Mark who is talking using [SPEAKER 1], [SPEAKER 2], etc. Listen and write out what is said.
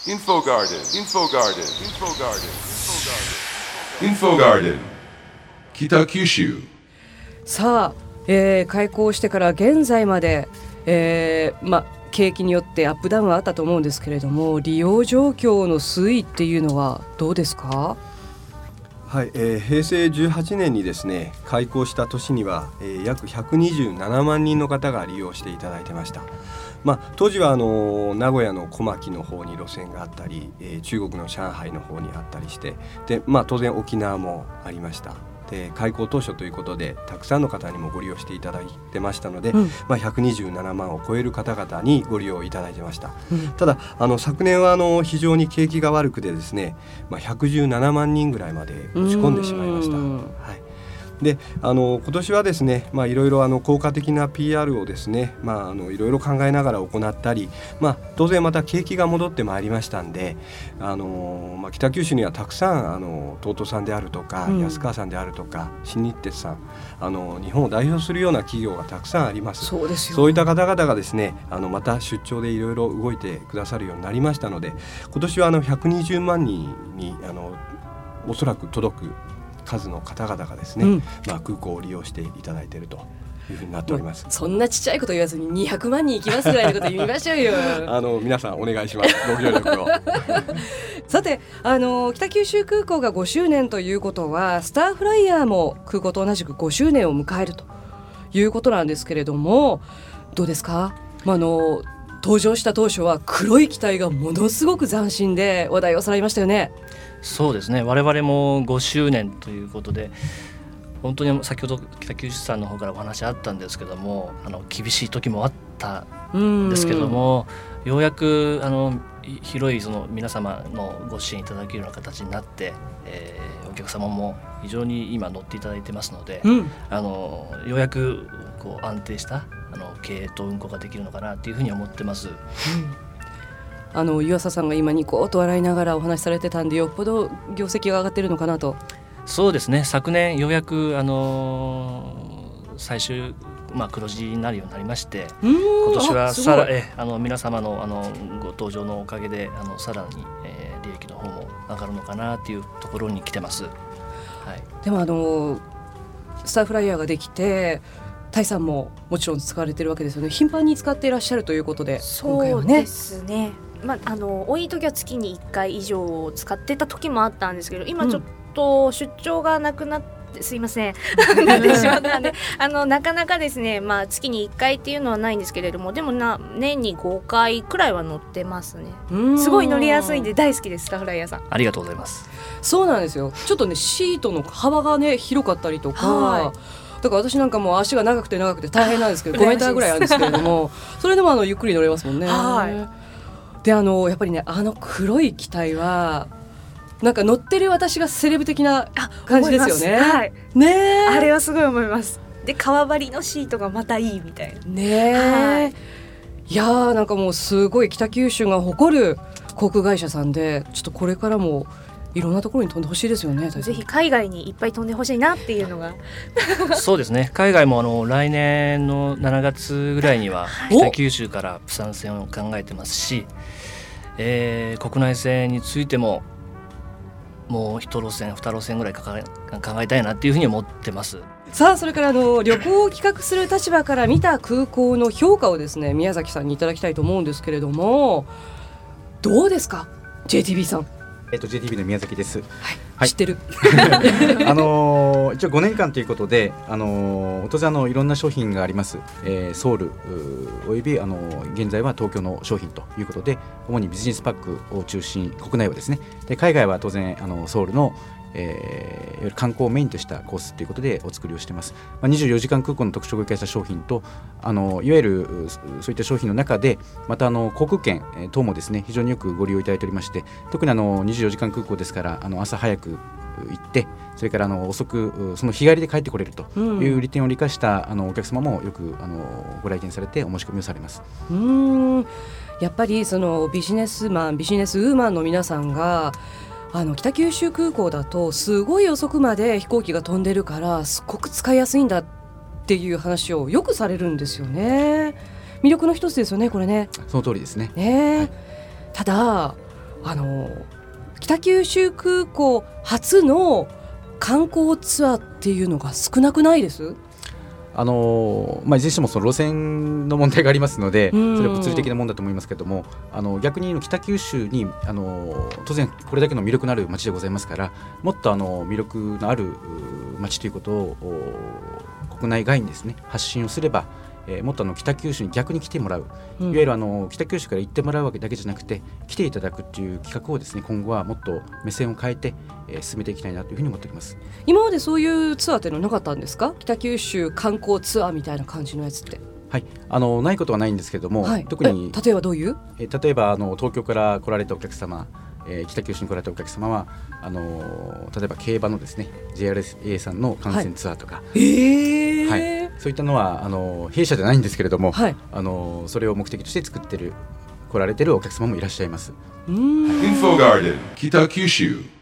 [SPEAKER 1] Info Garden 北九州。
[SPEAKER 2] さあ、開港してから現在まで、景気によってアップダウンはあったと思うんですけれども、利用状況の推移っていうのはどうですか？
[SPEAKER 3] はい、平成18年にですね開港した年には、約127万人の方が利用していただいてました。当時は名古屋の小牧の方に路線があったり、中国の上海の方にあったりして、で、当然沖縄もありました。で、開港当初ということでたくさんの方にもご利用していただいてましたので、127万を超える方々にご利用いただいてました。ただ昨年は非常に景気が悪くてですね、117万人ぐらいまで落ち込んでしまいました。で今年はですね、いろいろ効果的な PR をですね、いろいろ考えながら行ったり、当然また景気が戻ってまいりましたんで、北九州にはたくさんTOTOさんであるとか、安川さんであるとか新日鉄さん、日本を代表するような企業がたくさんあります。
[SPEAKER 2] そうですよ。
[SPEAKER 3] そういった方々がですねまた出張でいろいろ動いてくださるようになりましたので、今年は120万人におそらく届く数の方々がですね、空港を利用していただいているというふうになっております。
[SPEAKER 2] そんなちっちゃいこと言わずに200万人いきますぐらいのこと言いましょうよ
[SPEAKER 3] 皆さんお願いします、ご協力を
[SPEAKER 2] さて北九州空港が5周年ということは、スターフライヤーも空港と同じく5周年を迎えるということなんですけれども、どうですか？登場した当初は黒い機体がものすごく斬新で話題をさらいましたよね。
[SPEAKER 4] そうですね、我々も5周年ということで、本当に先ほど北九州さんの方からお話あったんですけども、厳しい時もあったんですけども、ようやく広いその皆様のご支援いただけるような形になって、お客様も非常に今乗っていただいてますので、ようやく安定した経営と運行ができるのかなというふうに思ってます。
[SPEAKER 2] 湯浅さんが今ニコッと笑いながらお話しされてたんで、よっぽど業績が上がってるのかなと。
[SPEAKER 4] そうですね、昨年ようやく最終黒字になるようになりまして、今年はさら皆様のご登場のおかげでさらに、利益の方も上がるのかなというところに来てます。
[SPEAKER 2] でもスターフライヤーができてタイさんももちろん使われてるわけですよね。頻繁に使っていらっしゃるということで、今回はね。
[SPEAKER 5] そうですね、多い時は月に1回以上使ってた時もあったんですけど、今ちょっと出張がなくなってすいませんなってしまったんでなかなかですね、月に1回っていうのはないんですけれども、でも年に5回くらいは乗ってますね。すごい乗りやすいんで大好きです、スターフライヤーさん。
[SPEAKER 4] ありがとうございます。
[SPEAKER 2] そうなんですよ。ちょっとねシートの幅がね広かったりとか、だから私なんかもう足が長くて大変なんですけど5メーターぐらいあるんですけれどもそれでもゆっくり乗れますもんね。でやっぱりね黒い機体はなんか乗ってる私がセレブ的な感じですよね。ね、
[SPEAKER 5] あれはすごい思います。で革張りのシートがまたいいみたいな
[SPEAKER 2] ね。いやー、なんかもうすごい北九州が誇る航空会社さんで、ちょっとこれからもいろんなところに飛んでほしいですよね。
[SPEAKER 5] ぜひ海外にいっぱい飛んでほしいなっていうのが
[SPEAKER 4] そうですね、海外も来年の7月ぐらいには北九州からプサン線を考えてますし、国内線についてももう1路線2路線ぐらい考えたいなっていうふうに思ってます。
[SPEAKER 2] さあ、それから旅行を企画する立場から見た空港の評価をですね、宮崎さんにいただきたいと思うんですけれども、どうですか JTB さん。
[SPEAKER 6] JTB の宮崎です。
[SPEAKER 2] 知ってる
[SPEAKER 6] 一応5年間ということで、当然いろんな商品があります、ソウルおよび現在は東京の商品ということで、主にビジネスパックを中心、国内はですね、で海外は当然ソウルのいわゆる観光をメインとしたコースということでお作りをしています。24時間空港の特徴を生かした商品と、いわゆるそういった商品の中でまた航空券等もですね、非常によくご利用いただいておりまして、特に24時間空港ですから、朝早く行って、それから遅くその日帰りで帰ってこれるという利点を生かしたお客様もよくご来店されてお申し込みをされます。
[SPEAKER 2] やっぱりそのビジネスウーマンの皆さんが北九州空港だとすごい遅くまで飛行機が飛んでるからすごく使いやすいんだっていう話をよくされるんですよね。魅力の一つですよね、これね。
[SPEAKER 6] その通りですね。
[SPEAKER 2] ただ北九州空港初の観光ツアーっていうのが少なくないです？
[SPEAKER 6] いずれにしてもその路線の問題がありますので、それは物理的なものだと思いますけれども、逆に北九州に当然これだけの魅力のある街でございますから、もっと魅力のある街ということを国内外にですね発信をすれば、もっと北九州に逆に来てもらう、いわゆる北九州から行ってもらうわけだけじゃなくて来ていただくっていう企画をですね今後はもっと目線を変えて、進めていきたいなというふうに思っております。
[SPEAKER 2] 今までそういうツアーっていうのはなかったんですか？北九州観光ツアーみたいな感じのやつって。はい、
[SPEAKER 6] ないことはないんですけれども、
[SPEAKER 2] はい、
[SPEAKER 6] 特に
[SPEAKER 2] 例えばどういう？
[SPEAKER 6] 例えば東京から来られたお客様、北九州に来られたお客様は例えば競馬のですね JRA さんの観戦ツアーとか、はい、そういったのは弊社じゃないんですけれども、はい、それを目的として来られてるお客様もいらっしゃいます。
[SPEAKER 1] インフォガーデン北九州